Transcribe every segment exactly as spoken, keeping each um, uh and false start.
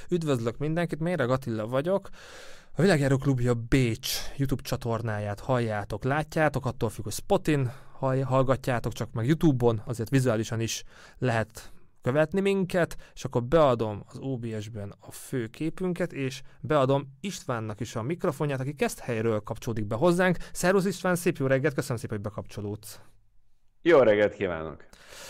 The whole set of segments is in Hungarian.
Üdvözlök mindenkit, Méreg Attila vagyok. A Világjáró Klubja Bécs YouTube csatornáját halljátok, látjátok, attól függ, hogy Spotin hallgatjátok, csak meg YouTube-on, azért vizuálisan is lehet követni minket, és akkor beadom az o bé es-ben a fő képünket, és beadom Istvánnak is a mikrofonját, aki Keszthelyről kapcsolódik be hozzánk. Szervusz István, szép jó reggelt, köszönöm szépen, hogy bekapcsolódsz. Jó reggelt kívánok!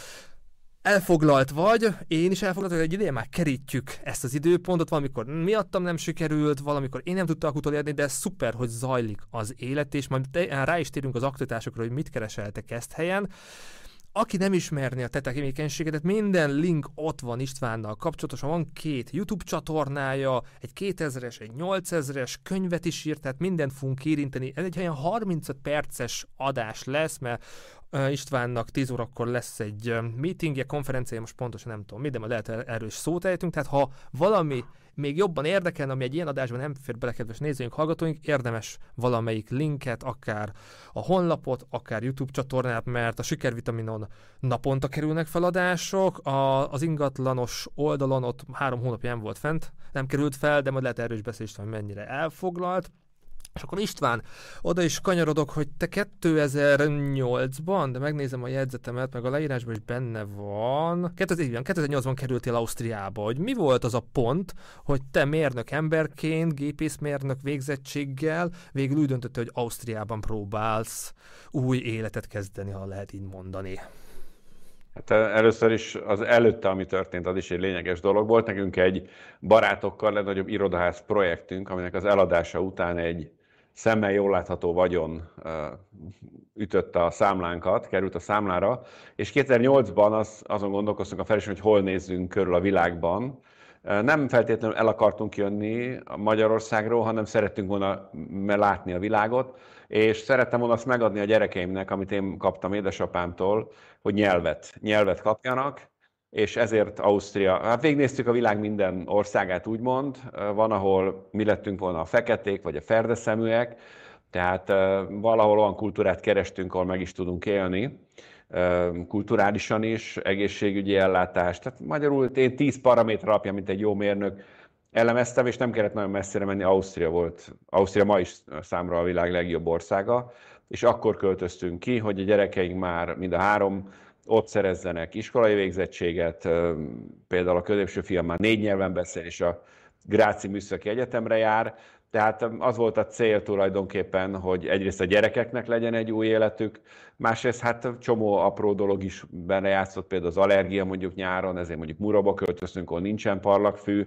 Elfoglalt vagy, én is elfoglalt, hogy egy ideje már kerítjük ezt az időpontot, valamikor miattam nem sikerült, valamikor én nem tudtam utolérni, de szuper, hogy zajlik az élet, és majd rá is térünk az aktualitásokra, hogy mit kereseltek Keszthelyen. Aki nem ismerné a te tevékenységedet, minden link ott van Istvánnal kapcsolatosan, van két YouTube csatornája, egy kétezres, egy nyolcezres, könyvet is írt, tehát mindent fogunk érinteni. Ez egy olyan harmincöt perces adás lesz, mert Istvánnak tíz órakor lesz egy meetingje, konferenciája, most pontosan nem tudom mi, de majd lehet erről is szót ejtünk, tehát ha valami még jobban érdekel, ami egy ilyen adásban nem fér bele, kedves nézőink, hallgatóink, érdemes valamelyik linket, akár a honlapot, akár YouTube csatornát, mert a Sikervitaminon naponta kerülnek feladások, a, az ingatlanos oldalon ott három hónapja nem volt fent, nem került fel, de majd lehet erről is beszélni, hogy mennyire elfoglalt. És akkor István, oda is kanyarodok, hogy te kétezer-nyolcban, de megnézem a jegyzetemet, meg a leírásban is benne van, kétezer-nyolcban kerültél Ausztriába, hogy mi volt az a pont, hogy te mérnök emberként, gépészmérnök végzettséggel végül úgy döntöttél, hogy Ausztriában próbálsz új életet kezdeni, ha lehet így mondani. Hát először is az előtte, ami történt, az is egy lényeges dolog volt. Nekünk egy barátokkal legnagyobb irodaház projektünk, aminek az eladása után egy szemmel jól látható vagyon ütötte a számlánkat, került a számlára, és kétezer-nyolcban az, azon gondolkoztunk a feleség, hogy hol nézzünk körül a világban. Nem feltétlenül el akartunk jönni Magyarországról, hanem szerettünk volna látni a világot, és szerettem volna azt megadni a gyerekeimnek, amit én kaptam édesapámtól, hogy nyelvet, nyelvet kapjanak, és ezért Ausztria. Hát végignéztük a világ minden országát, úgymond. Van, ahol mi lettünk volna a feketék, vagy a ferdeszeműek, tehát valahol olyan kultúrát kerestünk, ahol meg is tudunk élni, kulturálisan is, egészségügyi ellátás. Tehát magyarul én tíz paraméter alapján, mint egy jó mérnök, elemeztem, és nem kellett nagyon messzire menni, Ausztria volt. Ausztria ma is számra a világ legjobb országa, és akkor költöztünk ki, hogy a gyerekeink már mind a három ott szerezzenek iskolai végzettséget, például a középső fiam már négy nyelven beszél, és a Gráci Műszaki Egyetemre jár. Tehát az volt a cél tulajdonképpen, hogy egyrészt a gyerekeknek legyen egy új életük, másrészt hát csomó apró dolog is benne játszott, például az allergia mondjuk nyáron, ezért mondjuk Muraba költöztünk, ahol nincsen parlagfű.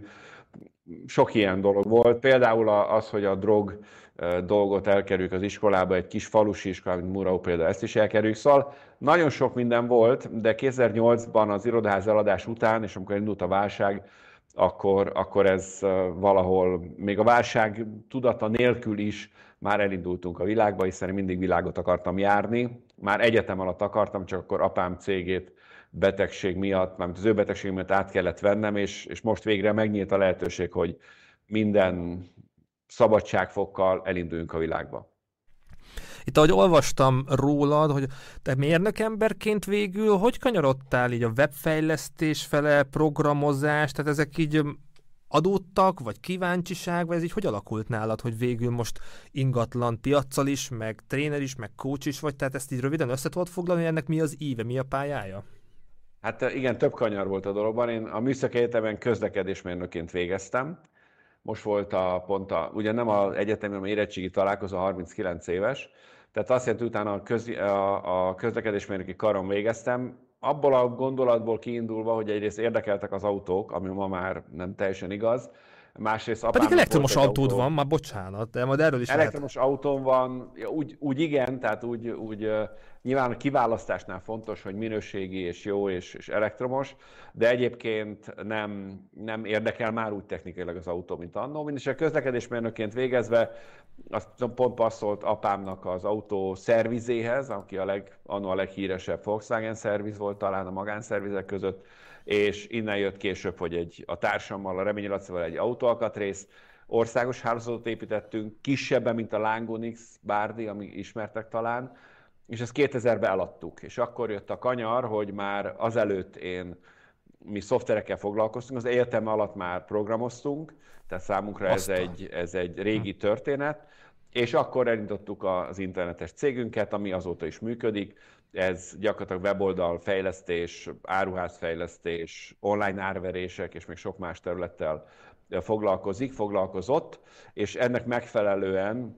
Sok ilyen dolog volt. Például az, hogy a drog dolgot elkerüljük az iskolába, egy kis falusi iskola, mint Murau például, ezt is elkerüljük. Szóval nagyon sok minden volt, de kétezer-nyolcban az irodaház eladás után, és amikor indult a válság, akkor, akkor ez valahol, még a válság tudata nélkül is már elindultunk a világba, hiszen én mindig világot akartam járni. Már egyetem alatt akartam, csak akkor apám cégét betegség miatt, mármint az ő betegség miatt át kellett vennem, és, és most végre megnyílt a lehetőség, hogy minden szabadságfokkal elinduljunk a világba. Itt ahogy olvastam rólad, hogy te mérnök emberként végül hogy kanyarodtál így a webfejlesztés fele, programozás, tehát ezek így adódtak, vagy kíváncsiság, vagy ez így hogy alakult nálad, hogy végül most ingatlan piaccal is, meg tréner is, meg coach is vagy, tehát ezt így röviden össze tudod foglalni, ennek mi az íve, mi a pályája? Hát igen, több kanyar volt a dologban. Én a Műszaki Egyetemen közlekedésmérnökként végeztem. Most volt a pont a, ugye nem az egyetemen, hanem érettségi találkozó, harminckilenc éves. Tehát azt jelenti, utána a, köz, a, a közlekedésmérnöki karon végeztem. Abból a gondolatból kiindulva, hogy egyrészt érdekeltek az autók, ami ma már nem teljesen igaz. Másrészt pedig elektromos autód autó. Van, már bocsánat, de majd erről is elektromos lehet. autón van, úgy, úgy igen, tehát úgy, úgy uh, nyilván a kiválasztásnál fontos, hogy minőségi és jó és, és elektromos, de egyébként nem, nem érdekel már úgy technikailag az autó, mint annó. Mindenesetre közlekedésmérnökként végezve, azt pont passzolt apámnak az autó szervizéhez, aki a leg, annó a leghíresebb Volkswagen szerviz volt talán a magánszervizek között, és innen jött később, hogy egy, a társammal, a Reményi Lacival egy autóalkatrész, országos hálózatot építettünk, kisebben, mint a Langonix, Bárdi, ami ismertek talán, és ezt kétezerben eladtuk. És akkor jött a kanyar, hogy már azelőtt én mi szoftverekkel foglalkoztunk, az egyetem alatt már programoztunk, tehát számunkra ez egy, ez egy régi történet, és akkor elindítottuk az internetes cégünket, ami azóta is működik. Ez gyakorlatilag weboldal fejlesztés, áruházfejlesztés, online árverések és még sok más területtel foglalkozik, foglalkozott, és ennek megfelelően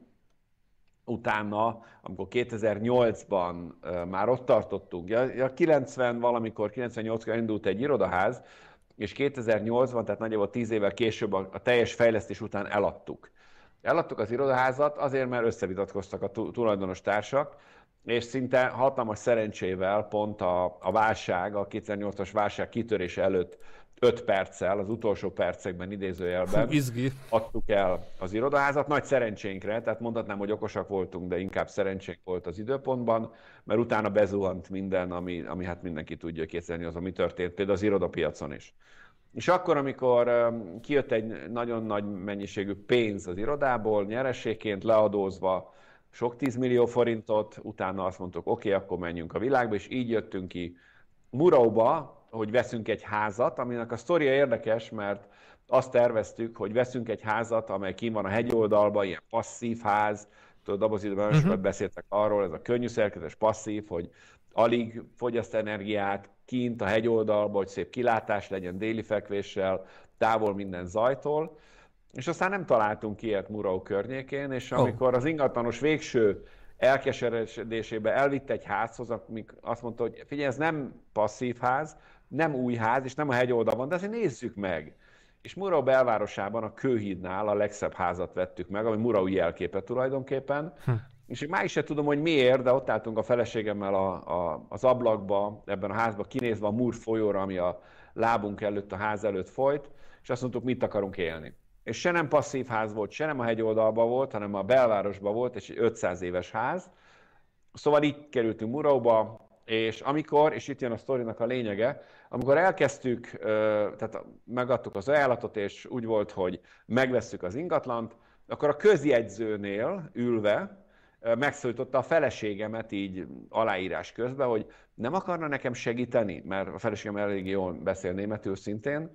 utána, amikor kétezer-nyolcban már ott tartottunk, ja, kilencven valamikor, kilencvennyolckor indult egy irodaház, és kétezer-nyolcban, tehát nagyjából tíz évvel később a, a teljes fejlesztés után eladtuk. Eladtuk az irodaházat azért, mert összevitatkoztak a tulajdonos társak, és szinte hatalmas szerencsével pont a, a válság, a kétezer-nyolcas válság kitörése előtt öt perccel, az utolsó percekben idézőjelben Fú, adtuk el az irodaházat, nagy szerencsénkre, tehát mondhatnám, hogy okosak voltunk, de inkább szerencsénk volt az időpontban, mert utána bezuhant minden, ami, ami hát mindenki tudja készíteni, az, ami történt, például az irodapiacon is. És akkor, amikor kijött egy nagyon nagy mennyiségű pénz az irodából, nyereségként leadózva, sok tízmillió forintot, utána azt mondtuk, oké, okay, akkor menjünk a világba, és így jöttünk ki Murauba, hogy veszünk egy házat, aminek a sztoria érdekes, mert azt terveztük, hogy veszünk egy házat, amely kín van a hegyoldalban, ilyen passzív ház, tudod, abban az időben nagyon sokat beszéltek arról, ez a könnyű szerkezetes passzív, hogy alig fogyaszt energiát, kint a hegyoldalban, hogy szép kilátás legyen déli fekvéssel, távol minden zajtól, és aztán nem találtunk ilyet Murau környékén, és amikor az ingatlanos végső elkeseredésébe elvitte egy házhoz, amik azt mondta, hogy figyelj, ez nem passzív ház, nem új ház, és nem a hegyoldal van, de azért nézzük meg. És Murau belvárosában, a Kőhídnál a legszebb házat vettük meg, ami Murau jelképe tulajdonképpen, hm. És én máig sem tudom, hogy miért, de ott álltunk a feleségemmel a, a, az ablakba, ebben a házban kinézve a Mur folyóra, ami a lábunk előtt, a ház előtt folyt, és azt mondtuk, mit akarunk élni. És se nem passzív ház volt, se nem a hegyoldalban volt, hanem a belvárosban volt, és egy ötszáz éves ház. Szóval így kerültünk Murauba, és amikor, és itt jön a sztorinak a lényege, amikor elkezdtük, tehát megadtuk az ajánlatot, és úgy volt, hogy megvesszük az ingatlant, akkor a közjegyzőnél ülve megszólította a feleségemet így aláírás közben, hogy nem akarna nekem segíteni, mert a feleségem elég jól beszél németül szintén,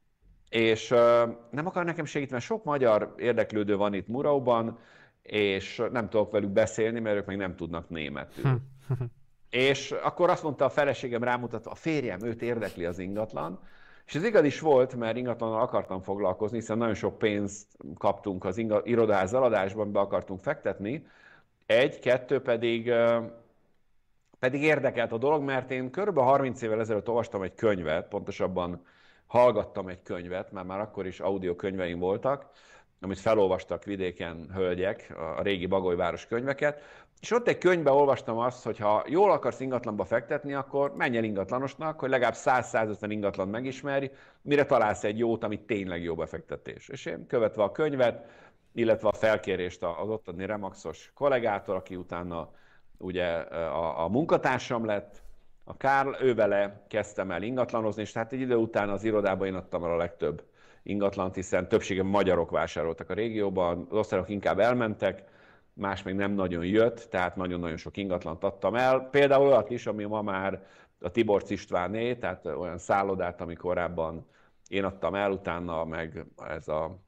és nem akar nekem segíteni, mert sok magyar érdeklődő van itt Murauban, és nem tudok velük beszélni, mert ők meg nem tudnak németül. És akkor azt mondta a feleségem rámutatva, a férjem, őt érdekli az ingatlan, és ez igaz is volt, mert ingatlannal akartam foglalkozni, hiszen nagyon sok pénzt kaptunk az irodaház eladásban, be akartunk fektetni. Egy, kettő pedig, pedig érdekelt a dolog, mert én kb. harminc évvel ezelőtt olvastam egy könyvet, pontosabban hallgattam egy könyvet, mert már akkor is audio könyveim voltak, amit felolvastak vidéken hölgyek, a régi Bagolyváros könyveket, és ott egy könyvben olvastam azt, hogy ha jól akarsz ingatlanba fektetni, akkor menj el ingatlanosnak, hogy legalább száz-százötven ingatlan megismerj, mire találsz egy jót, ami tényleg jó befektetés. És én követve a könyvet, illetve a felkérést az ottani Remaxos kollégától, aki utána ugye a, a munkatársam lett, a Kárl, ővele kezdtem el ingatlanozni, és tehát egy idő után az irodában én adtam el a legtöbb ingatlant, hiszen többségen magyarok vásároltak a régióban, az osztrákok inkább elmentek, más még nem nagyon jött, tehát nagyon-nagyon sok ingatlant adtam el. Például olyat is, ami ma már a Tiborcs Istváné, tehát olyan szállodát, ami korábban én adtam el, utána meg ez a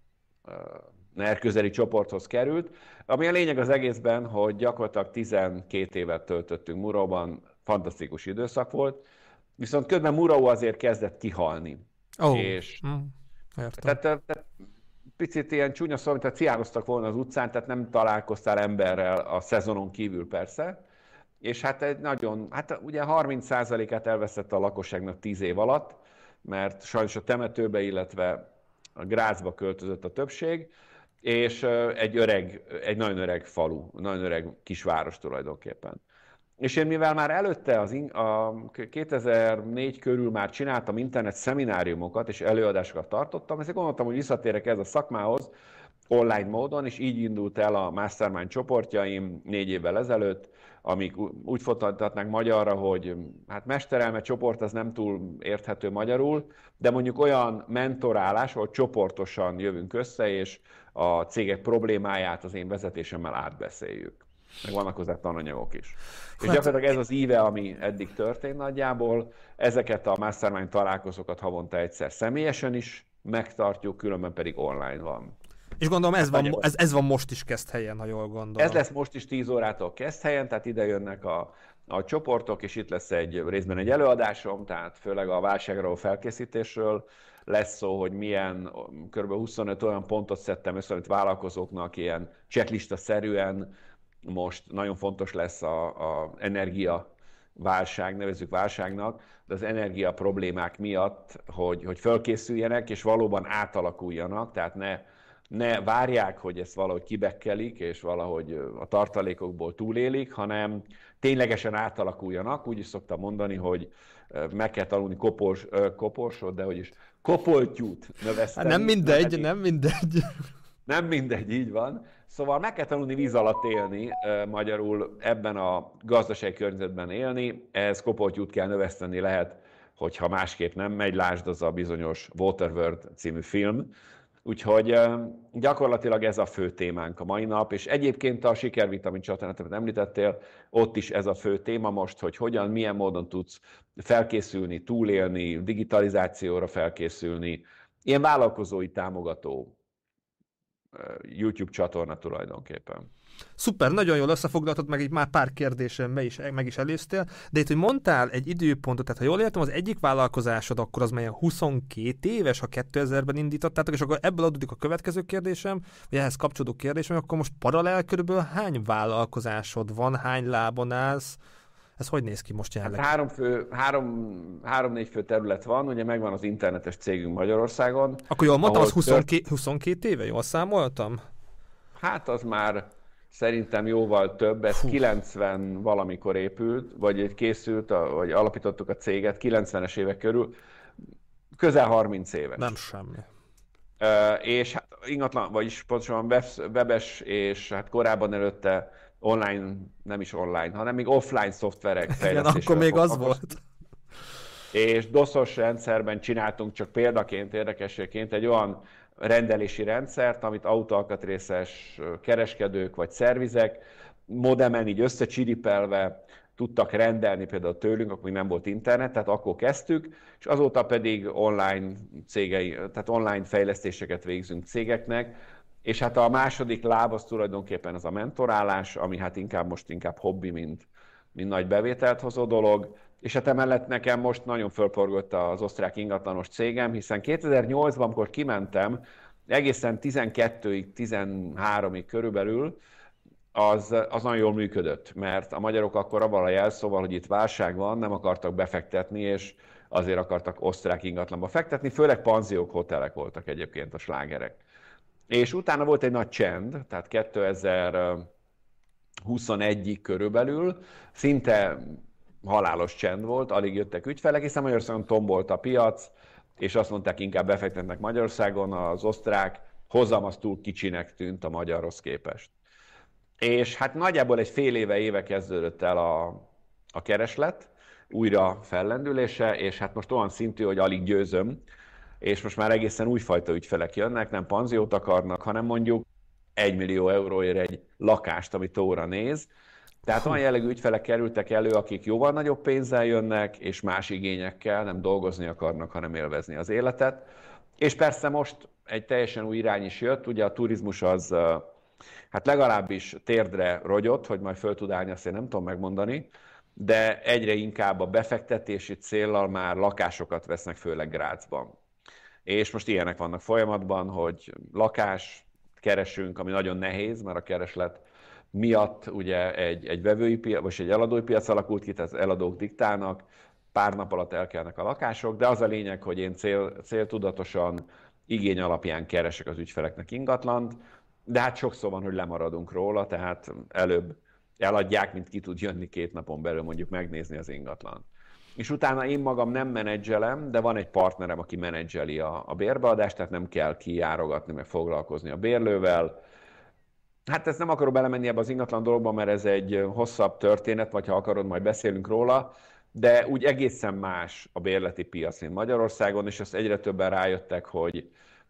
NER közeli csoporthoz került. Ami a lényeg az egészben, hogy gyakorlatilag tizenkét évet töltöttünk Murauban, fantasztikus időszak volt, viszont közben Murau azért kezdett kihalni. Oh. És mm. tehát, tehát picit ilyen csúnya szó, mint ha ciároztak volna az utcán, tehát nem találkoztál emberrel a szezonon kívül persze, és hát egy nagyon, hát ugye harminc százalékát elvesztette a lakosságnak tíz év alatt, mert sajnos a temetőbe, illetve a Grazba költözött a többség, és egy öreg, egy nagyon öreg falu, nagyon öreg kisváros tulajdonképpen. És én mivel már előtte az in, a kétezer-négy körül már csináltam internet szemináriumokat és előadásokat tartottam, ezért gondoltam, hogy visszatérek ez a szakmához online módon, és így indult el a Mastermind csoportjaim négy évvel ezelőtt, amik úgy folytatnánk magyarra, hogy hát mesterelme csoport az nem túl érthető magyarul, de mondjuk olyan mentorálás, ahol csoportosan jövünk össze, és a cégek problémáját az én vezetésemmel átbeszéljük. meg vannak hozzá tananyagok is. És Hát, gyakorlatilag ez az íve, ami eddig történt nagyjából, ezeket a mastermind találkozókat havonta egyszer személyesen is megtartjuk, különben pedig online van. és gondolom ez, Hát van, ez, ez van most is kezd helyen, ha jól gondolom. Ez lesz most is tíz órától kezd helyen, tehát ide jönnek a, a csoportok, és itt lesz egy részben egy előadásom, tehát főleg a válságra felkészítésről lesz szó, hogy milyen, kb. huszonöt olyan pontot szedtem össze, amit vállalkozóknak ilyen checklista-szerűen most nagyon fontos lesz a, a energia válság, nevezzük válságnak, de az energia problémák miatt, hogy, hogy fölkészüljenek, és valóban átalakuljanak, tehát ne, ne várják, hogy ezt valahogy kibekkelik, és valahogy a tartalékokból túlélik, hanem ténylegesen átalakuljanak. Úgy is szoktam mondani, hogy meg kell tanulni kopors, koporsot, de hogy is kopoltyút növeszteni. Hát nem mindegy, nem, nem mindegy. Nem mindegy, így van. Szóval meg kell tanulni víz alatt élni, magyarul ebben a gazdasági környezetben élni, ez kopoltyút kell növeszteni lehet, hogyha másképp nem megy, lásd az a bizonyos Waterworld című film. Úgyhogy gyakorlatilag ez a fő témánk a mai nap, és egyébként a Sikervitamin csatornát, amit említettél, ott is ez a fő téma most, hogy hogyan, milyen módon tudsz felkészülni, túlélni, digitalizációra felkészülni, ilyen vállalkozói támogató YouTube csatorna tulajdonképpen. Szuper, nagyon jól összefoglaltad, meg így már pár kérdésembe is, meg is előztél, de itt, hogy mondtál egy időpontot, tehát ha jól értem, az egyik vállalkozásod akkor az melyen huszonkét éves, ha kétezerben indítottátok, és akkor ebből adódik a következő kérdésem, vagy ehhez kapcsolódó kérdésem, hogy akkor most paralel körülbelül hány vállalkozásod van, hány lábon állsz? Ez hogy néz ki most jelenleg? Hát három, fő, három, három-négy fő terület van, ugye megvan az internetes cégünk Magyarországon. Akkor jól mondtam, az huszonkét, huszonkét éve, jól számoltam? Hát az már szerintem jóval több, ez Hú. kilencven valamikor épült, vagy készült, vagy alapítottuk a céget, kilencvenes évek körül, közel harminc éves. Nem semmi. Uh, és hát ingatlan, vagyis pontosan web, webes, és hát korábban előtte online, nem is online, hanem még offline szoftverek fejlesztésével. Igen, akkor még az volt. És doszos rendszerben csináltunk csak példaként, érdekességként egy olyan rendelési rendszert, amit autóalkatrészes kereskedők vagy szervizek modemen így összecsiripelve tudtak rendelni például tőlünk, akkor még nem volt internet, tehát akkor kezdtük, és azóta pedig online cégei, tehát online fejlesztéseket végzünk cégeknek, és hát a második láb az tulajdonképpen az a mentorálás, ami hát inkább most inkább hobbi, mint, mint nagy bevételt hozó dolog, és hát emellett nekem most nagyon fölporgott az osztrák ingatlanos cégem, hiszen kétezer-nyolcban, amikor kimentem, egészen tizenkettőig, tizenháromig körülbelül, az, az nagyon jól működött, mert a magyarok akkor abban a jelszóval, hogy itt válság van, nem akartak befektetni, és azért akartak osztrák ingatlanba fektetni, főleg panziók, hotelek voltak egyébként a slágerek. És utána volt egy nagy csend, tehát kétezer-huszonegyig körülbelül, szinte halálos csend volt, alig jöttek ügyfelek, hiszen Magyarországon tombolt a piac, és azt mondták, inkább befektetnek Magyarországon, az osztrák hozam az túl kicsinek tűnt a magyarhoz képest. És hát nagyjából egy fél éve, éve kezdődött el a, a kereslet, újra fellendülése, és hát most olyan szintű, hogy alig győzöm, és most már egészen újfajta ügyfelek jönnek, nem panziót akarnak, hanem mondjuk egy millió euróért egy lakást, ami tóra néz. Tehát olyan jellegű ügyfelek kerültek elő, akik jóval nagyobb pénzzel jönnek, és más igényekkel, nem dolgozni akarnak, hanem élvezni az életet. És persze most egy teljesen új irány is jött, ugye a turizmus az hát legalábbis térdre rogyott, hogy majd föl tud állni, azt én nem tudom megmondani, de egyre inkább a befektetési céllal már lakásokat vesznek, főleg Grazban. És most ilyenek vannak folyamatban, hogy lakás keresünk, ami nagyon nehéz, mert a kereslet miatt ugye egy, egy vevői piac, vagy egy eladói piac alakult ki, tehát az eladók diktálnak, pár nap alatt elkelnek a lakások, de az a lényeg, hogy én cél, céltudatosan, igény alapján keresek az ügyfeleknek ingatlant, de hát sokszor van, hogy lemaradunk róla, tehát előbb eladják, mint ki tud jönni két napon belül mondjuk megnézni az ingatlant. És utána én magam nem menedzselem, de van egy partnerem, aki menedzseli a, a bérbeadást, tehát nem kell kijárogatni, meg foglalkozni a bérlővel. Hát ezt nem akarok belemenni ebbe az ingatlan dologba, mert ez egy hosszabb történet, vagy ha akarod, majd beszélünk róla, de úgy egészen más a bérleti piac, mint Magyarországon, és ezt egyre többen rájöttek, hogy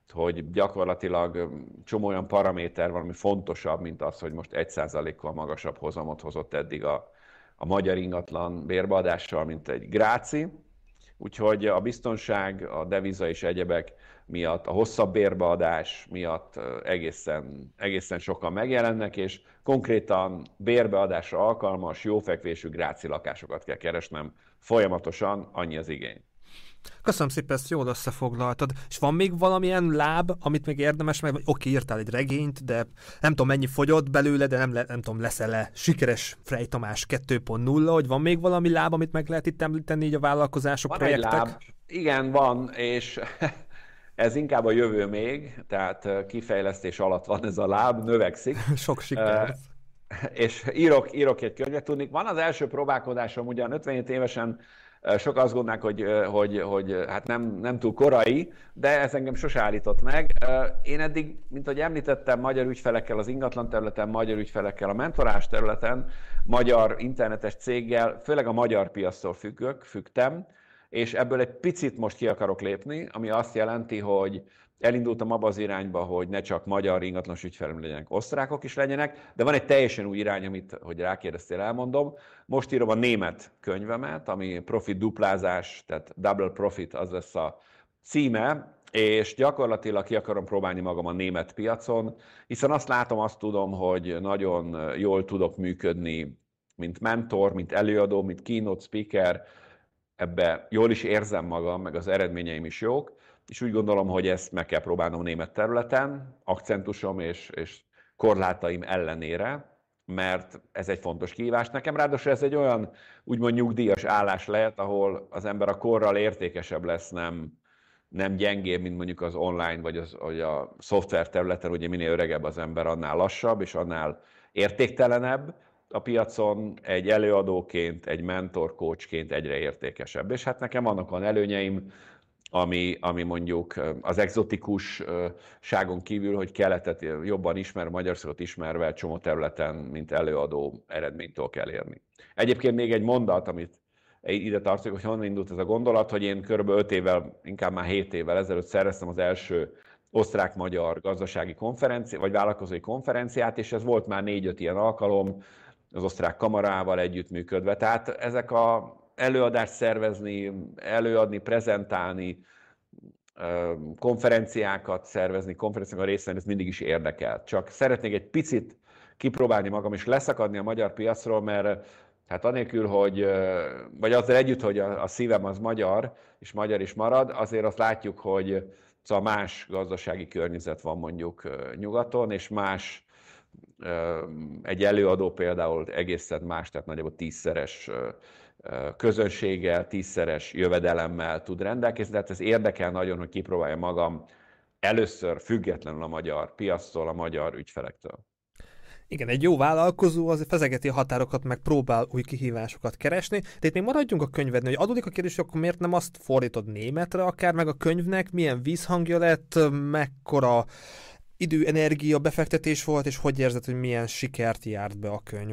hogy gyakorlatilag csomó olyan paraméter van, ami fontosabb, mint az, hogy most egy százalékkal magasabb hozamot hozott eddig a, a magyar ingatlan bérbeadással, mint egy Gráci. Úgyhogy a biztonság, a deviza és egyebek miatt, a hosszabb bérbeadás miatt egészen, egészen sokan megjelennek, és konkrétan bérbeadásra alkalmas, jófekvésű Gráci lakásokat kell keresnem folyamatosan, annyi az igény. Köszönöm szépen, ezt jól összefoglaltad. És van még valamilyen láb, amit még érdemes meg, vagy oké, írtál egy regényt, de nem tudom mennyi fogyott belőle, de nem, le, nem tudom, leszel-e sikeres Frey Tamás kettő pont nulla, hogy van még valami láb, amit meg lehet itt említeni így a vállalkozások, Van projektek? egy láb, igen, van, és ez inkább a jövő még, tehát kifejlesztés alatt van ez a láb, növekszik. Sok sikert! És írok, írok egy könyvet, tudni. Van az első próbálkozásom, ugyan ötvenhét évesen sok azt gondolnák, hogy, hogy, hogy hát nem, nem túl korai, de ez engem sose állított meg. Én eddig, mint ahogy említettem, magyar ügyfelekkel az ingatlan területen, magyar ügyfelekkel a mentorás területen, magyar internetes céggel, főleg a magyar piactól függök, függtem, és ebből egy picit most ki akarok lépni, ami azt jelenti, hogy elindultam abba az irányba, hogy ne csak magyar ingatlanos ügyfelem legyenek, osztrákok is legyenek, de van egy teljesen új irány, amit, hogy rákérdeztél, elmondom. Most írom a német könyvemet, ami profit duplázás, tehát double profit, az lesz a címe, és gyakorlatilag ki akarom próbálni magam a német piacon, hiszen azt látom, azt tudom, hogy nagyon jól tudok működni, mint mentor, mint előadó, mint keynote speaker, ebbe jól is érzem magam, meg az eredményeim is jók, és úgy gondolom, hogy ezt meg kell próbálnom német területen, akcentusom és, és korlátaim ellenére, mert ez egy fontos kihívás nekem. Ráadásul ez egy olyan úgymond nyugdíjas állás lehet, ahol az ember a korral értékesebb lesz, nem, nem gyengébb, mint mondjuk az online vagy, az, vagy a szoftver területen, ugye minél öregebb az ember, annál lassabb és annál értéktelenebb. A piacon egy előadóként, egy mentor, coachként egyre értékesebb. És hát nekem vannak olyan előnyeim, ami, ami mondjuk az egzotikusságon kívül, hogy keletet jobban ismer, Magyarországot ismerve csomó területen, mint előadó eredménytől kell érni. Egyébként még egy mondat, amit ide tartozik, hogy honnan indult ez a gondolat, hogy én kb. öt évvel, inkább már hét évvel ezelőtt szerveztem az első osztrák-magyar gazdasági konferenciát, vagy vállalkozói konferenciát, és ez volt már négy-öt ilyen alkalom, az osztrák kamarával együttműködve. Tehát ezek a előadást szervezni, előadni, prezentálni, konferenciákat szervezni, konferenciákat részt venni, ez mindig is érdekelt. Csak szeretnék egy picit kipróbálni magam, és leszakadni a magyar piacról, mert hát anélkül, hogy, vagy azzal együtt, hogy a, a szívem az magyar, és magyar is marad, azért azt látjuk, hogy szóval más gazdasági környezet van mondjuk nyugaton, és más egy előadó például egészen más, tehát nagyjából tízszeres közönséggel, tízszeres jövedelemmel tud rendelkezni, tehát ez érdekel nagyon, hogy kipróbálja magam először függetlenül a magyar piactól, a magyar ügyfelektől. Igen, egy jó vállalkozó az fezegeti a határokat, meg próbál új kihívásokat keresni, de itt még maradjunk a könyvednél, hogy adódik a kérdés, hogy akkor miért nem azt fordítod németre akár, meg a könyvnek milyen vízhangja lett, mekkora idő, energia, befektetés volt, és hogy érzed, hogy milyen sikert járt be a könyv?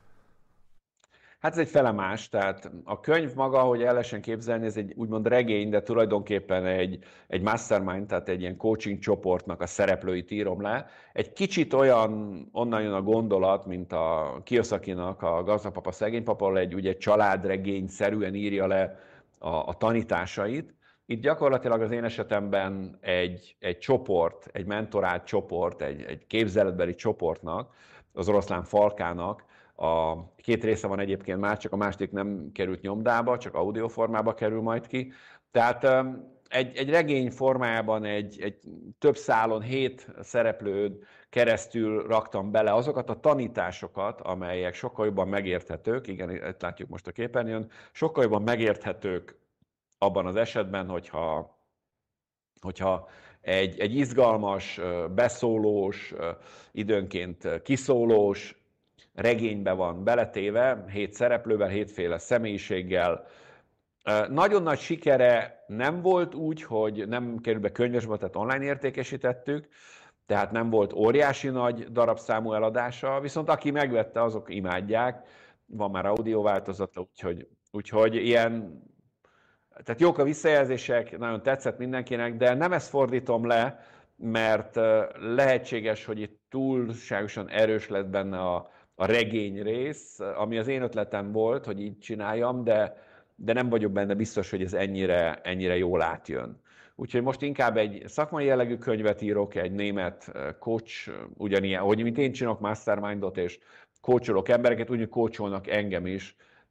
Hát ez egy felemás, tehát a könyv maga, hogy el lehessen képzelni, ez egy úgymond regény, de tulajdonképpen egy, egy mastermind, tehát egy ilyen coaching csoportnak a szereplőit írom le. Egy kicsit olyan, onnan jön a gondolat, mint a Kiyosakinak a Gazdagpapa, Szegénypapa, ahol egy, ugye, egy családregény-szerűen írja le a, a tanításait. Itt gyakorlatilag az én esetemben egy, egy csoport, egy mentorált csoport, egy, egy képzeletbeli csoportnak, az Oroszlán Falkának, a két része van egyébként már, csak a második nem került nyomdába, csak audioformába kerül majd ki. Tehát egy, egy regény formájában egy, egy több szálon, hét szereplőd keresztül raktam bele azokat a tanításokat, amelyek sokkal jobban megérthetők, igen, itt látjuk most a képernyőn, sokkal jobban megérthetők abban az esetben, hogyha, hogyha egy, egy izgalmas, beszólós, időnként kiszólós regénybe van beletéve, hét szereplővel, hétféle személyiséggel. Nagyon nagy sikere nem volt úgy, hogy nem került be könyvesbe, tehát online értékesítettük, tehát nem volt óriási nagy darabszámú eladása, viszont aki megvette, azok imádják, van már audio változata, úgyhogy, úgyhogy ilyen, tehát jók a visszajelzések, nagyon tetszett mindenkinek, de nem ezt fordítom le mert lehetséges, hogy itt túlságosan erős lett benne a, a regény rész, ami az én ötletem volt, hogy így csináljam, de, de nem vagyok benne biztos, hogy ez ennyire, ennyire jól átjön. Úgyhogy most inkább egy szakmai jellegű könyvet írok, egy német coach, ugyanilyen, hogy mint én csinálok mastermindot, és coacholok embereket, úgy coacholnak engem is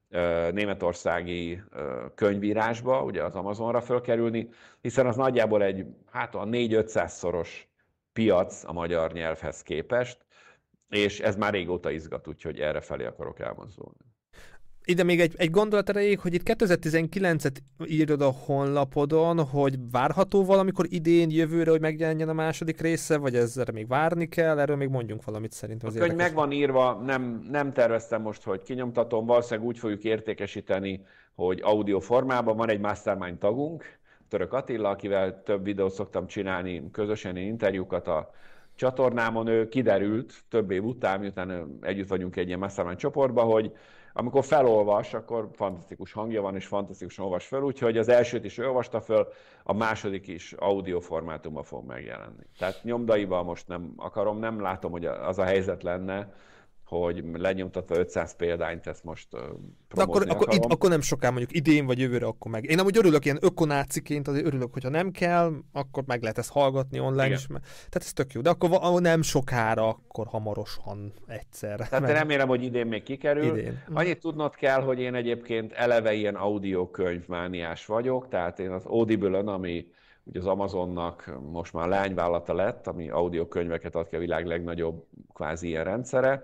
németországi könyvírásba, ugye az Amazonra fölkerülni, hiszen az nagyjából egy, hát a négy-ötszázszoros piac a magyar nyelvhez képest, és ez már régóta izgat, úgyhogy erre felé akarok elmozdulni. Ide még egy, egy gondolat erejéig, hogy itt kétezer-tizenkilencet írod a honlapodon, hogy várható valamikor idén, jövőre, hogy megjelenjen a második része, vagy ezzel még várni kell, erről még mondjunk valamit szerintem. Az a könyv meg van írva, nem, nem terveztem most, hogy kinyomtatom, valószínűleg úgy fogjuk értékesíteni, hogy audio formában van egy mastermind tagunk, Török Attila, akivel több videót szoktam csinálni, közösen interjúkat a csatornámon, ő kiderült több év után, miután együtt vagyunk egy ilyen mastermind csoportban, hogy amikor felolvas, akkor fantasztikus hangja van, és fantasztikusan olvas föl, úgyhogy az elsőt is ő olvasta föl, a második is audio formátumban fog megjelenni. Tehát nyomdaiban most nem akarom, nem látom, hogy az a helyzet lenne, hogy lenyomtatva ötszáz példányt, ezt most uh, promózni akkor, akkor, itt, akkor nem soká, mondjuk idén vagy jövőre, akkor meg. Én amúgy örülök ilyen ökonáciként, azért örülök, hogyha nem kell, akkor meg lehet ezt hallgatni online Igen. is. Tehát ez tök jó. De akkor nem sokára, akkor hamarosan egyszer. Tehát mert... remélem, hogy idén még kikerül. Idén. Annyit tudnod kell, hogy én egyébként eleve ilyen audiokönyvmániás vagyok, tehát én az Audible-ön, ami ugye az Amazonnak most már lányvállalata lett, ami audiokönyveket ad ki a világ legnagyobb kvázi ilyen rendszere.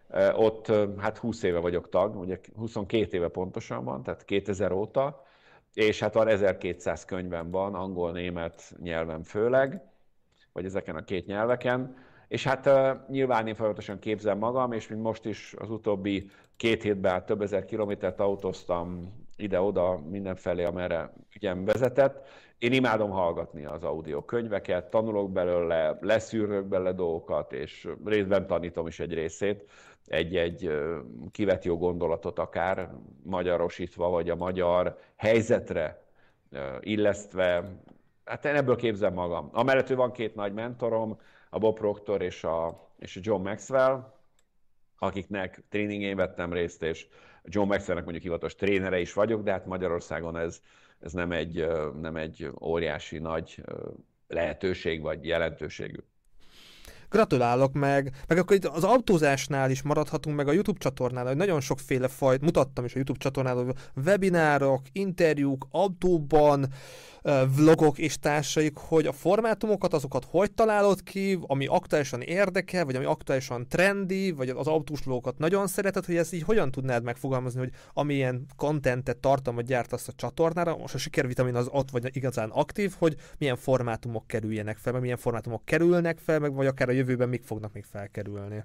Ott hát húsz éve vagyok tag, ugye huszonkét éve pontosan van, tehát kétezer óta, és hát van ezerkétszáz könyvem van, angol-német nyelven főleg, vagy ezeken a két nyelveken, és hát uh, nyilván én folyamatosan képzem magam, és mint most is az utóbbi két hétben hát több ezer kilométert autóztam ide-oda, mindenfelé, amerre ügyem vezetett. Én imádom hallgatni az audio könyveket, tanulok belőle, leszűrök belőle dolgokat, és részben tanítom is egy részét, egy-egy kivett jó gondolatot akár magyarosítva, vagy a magyar helyzetre illesztve. Hát én ebből képzem magam. Amellett, hogy van két nagy mentorom, a Bob Proctor és a, és a John Maxwell, akiknek tréningén vettem részt, és John Maxwellnek mondjuk hivatalos trénere is vagyok, de hát Magyarországon ez, ez nem, egy, nem egy óriási nagy lehetőség vagy jelentőségű. Gratulálok meg, meg akkor itt az autózásnál is maradhatunk, meg a YouTube csatornál, hogy nagyon sokféle fajt, mutattam is a YouTube csatornál, webinárok, interjúk, autóban, vlogok és társaik, hogy a formátumokat, azokat hogy találod ki, ami aktuálisan érdekel, vagy ami aktuálisan trendi, vagy az autós vlogokat nagyon szereted, hogy ezt így hogyan tudnád megfogalmazni, hogy amilyen contentet, tartalmat gyártasz a csatornára, most a sikervitamin az ott vagy igazán aktív, hogy milyen formátumok kerüljenek fel, meg milyen formátumok kerülnek fel, meg vagy akár a jövőben mik fognak még felkerülni.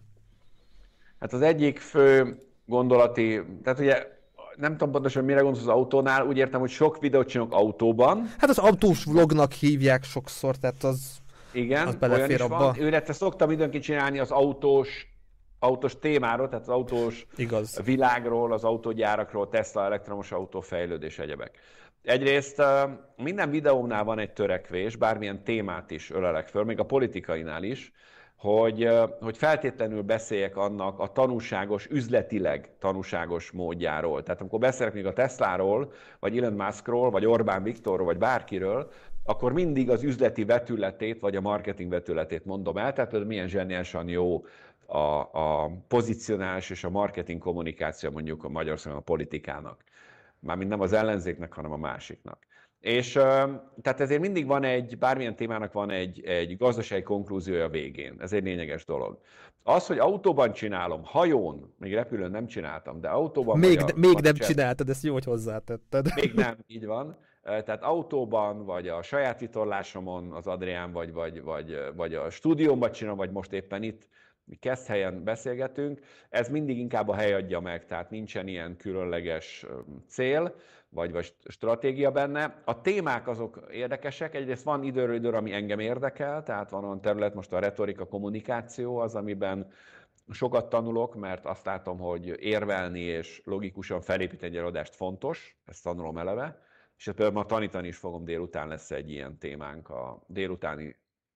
Hát az egyik fő gondolati, tehát ugye nem tudom pontosan, mire gondolsz az autónál, úgy értem, hogy sok videót csinálok autóban. Hát az autós vlognak hívják sokszor, tehát az, igen, az belefér abba. Van. Őre szoktam időnként csinálni az autós, autós témáról, tehát az autós Igaz. világról, az autógyárakról, Tesla, elektromos autó, fejlődés, egyebek. Egyrészt minden videómnál van egy törekvés, bármilyen témát is ölelek föl, még a politikainál is, hogy, hogy feltétlenül beszéljek annak a tanúságos, üzletileg tanúságos módjáról. Tehát amikor beszélek még a Tesláról, vagy Elon Muskról, vagy Orbán Viktorról, vagy bárkiről, akkor mindig az üzleti vetületét, vagy a marketing vetületét mondom el, tehát például milyen zseniálisan jó a, a pozicionálás és a marketing kommunikáció mondjuk a Magyarországon a politikának. Mármint nem az ellenzéknek, hanem a másiknak. És tehát ezért mindig van egy, bármilyen témának van egy, egy gazdasági konklúziója végén. Ez egy lényeges dolog. Az, hogy autóban csinálom, hajón, még repülőn nem csináltam, de autóban... Még, a, még nem csinál... csináltad, ezt jó, hogy hozzátetted. Még nem, így van. Tehát autóban, vagy a saját vitorlásomon az Adrián, vagy, vagy, vagy, vagy a stúdiómban csinálom, vagy most éppen itt Keszthelyen beszélgetünk. Ez mindig inkább a hely adja meg, tehát nincsen ilyen különleges cél, vagy, vagy stratégia benne. A témák azok érdekesek, egyrészt van időről időre, ami engem érdekel, tehát van olyan terület, most a retorika, kommunikáció az, amiben sokat tanulok, mert azt látom, hogy érvelni és logikusan felépíteni egy előadást fontos, ezt tanulom eleve, és például ma tanítani is fogom, délután lesz egy ilyen témánk, a délutáni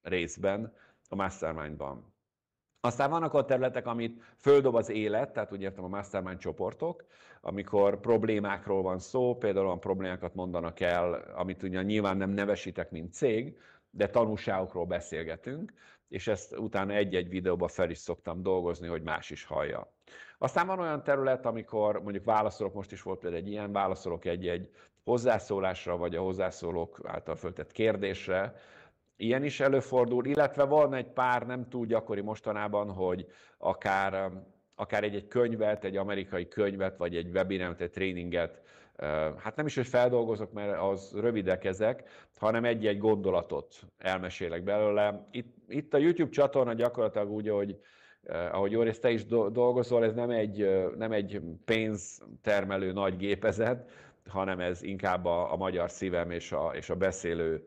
részben a Mastermind-ban. Aztán vannak ott területek, amit földob az élet, tehát úgy értem a Mastermind csoportok, amikor problémákról van szó, például olyan problémákat mondanak el, amit ugyan nyilván nem nevesítek, mint cég, de tanulságokról beszélgetünk, és ezt utána egy-egy videóba fel is szoktam dolgozni, hogy más is hallja. Aztán van olyan terület, amikor mondjuk válaszolok, most is volt például egy ilyen, válaszolok egy-egy hozzászólásra, vagy a hozzászólók által föltett kérdésre. Ilyen is előfordul, illetve van egy pár nem túl gyakori mostanában, hogy akár, akár egy-egy könyvet, egy amerikai könyvet, vagy egy webinert, egy tréninget, hát nem is, hogy feldolgozok, mert az rövidek ezek, hanem egy-egy gondolatot elmesélek belőle. Itt, itt a YouTube csatorna gyakorlatilag úgy, hogy ahogy Jóris, te is dolgozol, ez nem egy, nem egy pénztermelő nagy gépezet, hanem ez inkább a, a magyar szívem és a, és a beszélő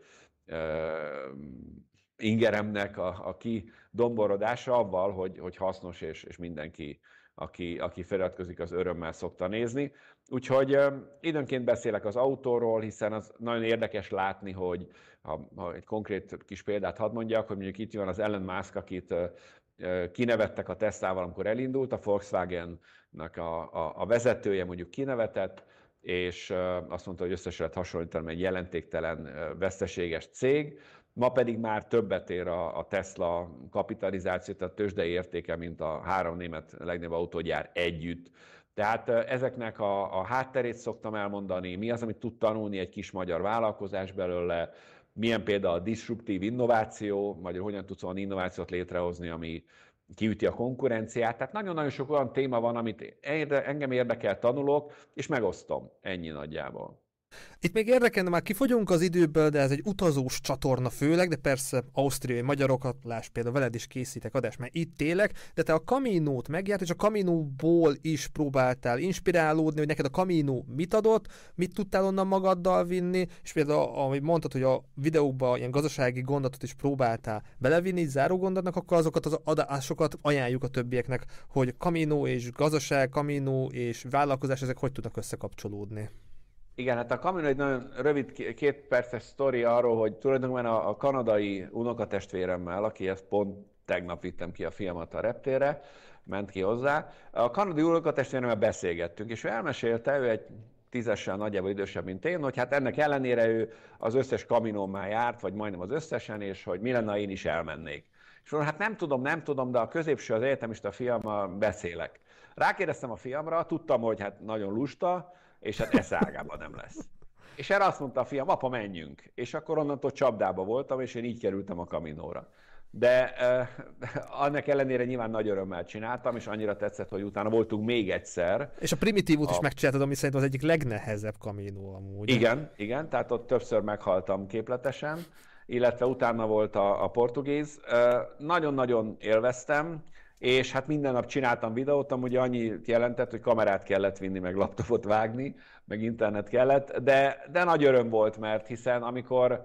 ingeremnek a, a kidomborodása avval, hogy, hogy hasznos, és, és mindenki, aki, aki feliratkozik, az örömmel szokta nézni. Úgyhogy időnként beszélek az autóról, hiszen az nagyon érdekes látni, hogy ha, ha egy konkrét kis példát hadd mondjak, hogy mondjuk itt van az Elon Musk, akit kinevettek a Teslával, amikor elindult, a Volkswagen-nak a, a, a vezetője mondjuk kinevetett, és azt mondta, hogy összesen lehet hasonlítani egy jelentéktelen veszteséges cég. Ma pedig már többet ér a, a Tesla kapitalizáció, tehát tőzsdei értéke, mint a három német legnagyobb autógyár együtt. Tehát ezeknek a, a hátterét szoktam elmondani, mi az, amit tud tanulni egy kis magyar vállalkozás belőle, milyen például a disruptív innováció, vagy hogyan tudsz olyan innovációt létrehozni, ami kiüti a konkurenciát. Tehát nagyon-nagyon sok olyan téma van, amit engem érdekel, tanulok, és megosztom. Ennyi nagyjából. Itt még érdekelne, már kifogyunk az időből, de ez egy utazós csatorna főleg, de persze ausztriai magyarokat, láss például veled is készítek adást, mert itt élek, de te a Caminót megjárt, és a Caminóból is próbáltál inspirálódni, hogy neked a Camino mit adott, mit tudtál onnan magaddal vinni, és például, ahogy mondtad, hogy a videókban ilyen gazdasági gondolatot is próbáltál belevinni, záró gondolatnak, akkor azokat az adásokat ajánljuk a többieknek, hogy Camino és gazdaság, Camino és vállalkozás, ezek hogy tudnak összekapcsolódni. Igen, hát a Camino egy nagyon rövid két perces sztori arról, hogy tulajdonképpen a, a kanadai unokatestvéremmel, aki ezt pont tegnap vittem ki a fiamat a reptérre, ment ki hozzá. A kanadai unokatestvéremmel beszélgettünk, és ő elmesélte, ő egy tízessel nagyjából idősebb, mint én, hogy hát ennek ellenére ő az összes Caminón már járt, vagy majdnem az összesen, és hogy mi lenne, ha én is elmennék. És mondom, hát nem tudom, nem tudom, de a középső az egyetemista fiammal beszélek. Rákérdeztem a fiamra, tudtam, hogy hát nagyon lusta, és hát esze ágában nem lesz. És erre azt mondta a fiam, apa, menjünk. És akkor onnantól csapdába voltam, és én így kerültem a Caminóra. De eh, annak ellenére nyilván nagy örömmel csináltam, és annyira tetszett, hogy utána voltunk még egyszer. És a primitívút a... is megcsináltad, ami szerintem az egyik legnehezebb Camino amúgy. Igen, igen, tehát ott többször meghaltam képletesen, illetve utána volt a, a portugéz. Eh, nagyon-nagyon élveztem, és hát minden nap csináltam videót, amúgy annyit jelentett, hogy kamerát kellett vinni, meg laptopot vágni, meg internet kellett, de, de nagy öröm volt, mert hiszen amikor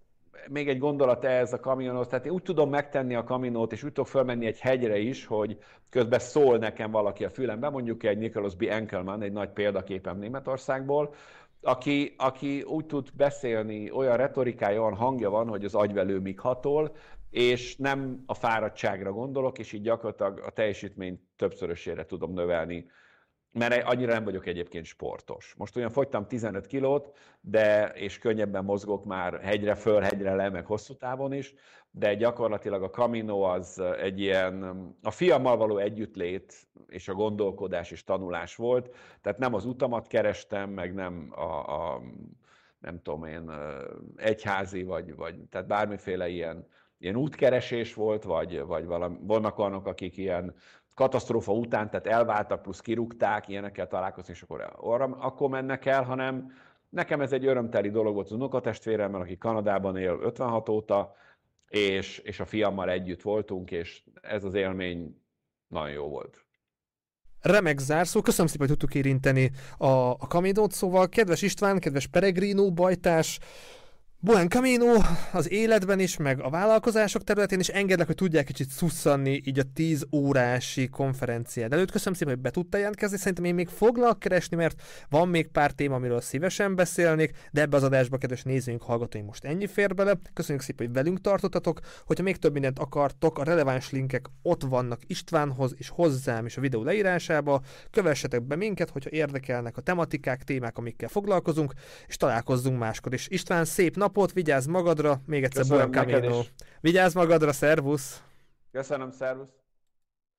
még egy gondolat ehhez a Caminohoz, tehát én úgy tudom megtenni a Caminót, és úgy tudok fölmenni egy hegyre is, hogy közben szól nekem valaki a fülembe, mondjuk egy Nicholas B. Enkelman, egy nagy példaképem Németországból, aki, aki úgy tud beszélni, olyan retorikája, olyan hangja van, hogy az agyvelőmig hatol, és nem a fáradtságra gondolok, és így gyakorlatilag a teljesítményt többszörösére tudom növelni, mert annyira nem vagyok egyébként sportos. Most olyan fogytam tizenöt kilót, de, és könnyebben mozgok már hegyre föl, hegyre le, meg hosszú távon is, de gyakorlatilag a Camino az egy ilyen, a fiammal való együttlét, és a gondolkodás és tanulás volt, tehát nem az utamat kerestem, meg nem a, a nem tudom én, egyházi, vagy, vagy tehát bármiféle ilyen, ilyen útkeresés volt, vagy, vagy valami, vannak olyanok, akik ilyen katasztrófa után, tehát elváltak, plusz kirúgták, ilyenekkel találkozni, és akkor, arra, akkor mennek el, hanem nekem ez egy örömteli dolog volt az unokatestvéremmel, aki Kanadában él ötvenhat óta, és, és a fiammal együtt voltunk, és ez az élmény nagyon jó volt. Remek zárszó, köszönöm szépen, hogy tudtuk érinteni a, a Caminót, szóval kedves István, kedves Peregrino bajtás, Buen Camino az életben is, meg a vállalkozások területén is. Engedlek, hogy tudják kicsit szusszanni így a tíz órási konferenciád előtt. Köszönöm szépen, hogy be tudtál jelentkezni. Szerintem én még foglak keresni, mert van még pár téma, amiről szívesen beszélnék, de ebbe az adásba, kedves nézőink, hallgatóink, most ennyi fér bele. Köszönjük szépen, hogy velünk tartottatok. Hogyha még több mindent akartok, a releváns linkek ott vannak Istvánhoz és hozzám is a videó leírásába. Kövessetek be minket, hogyha érdekelnek a tematikák, témák, amikkel foglalkozunk, és találkozzunk máskor is. István, szép napot, vigyázz magadra, még egyszer Buen Camino. Vigyázz magadra, szervusz! Köszönöm, szervusz!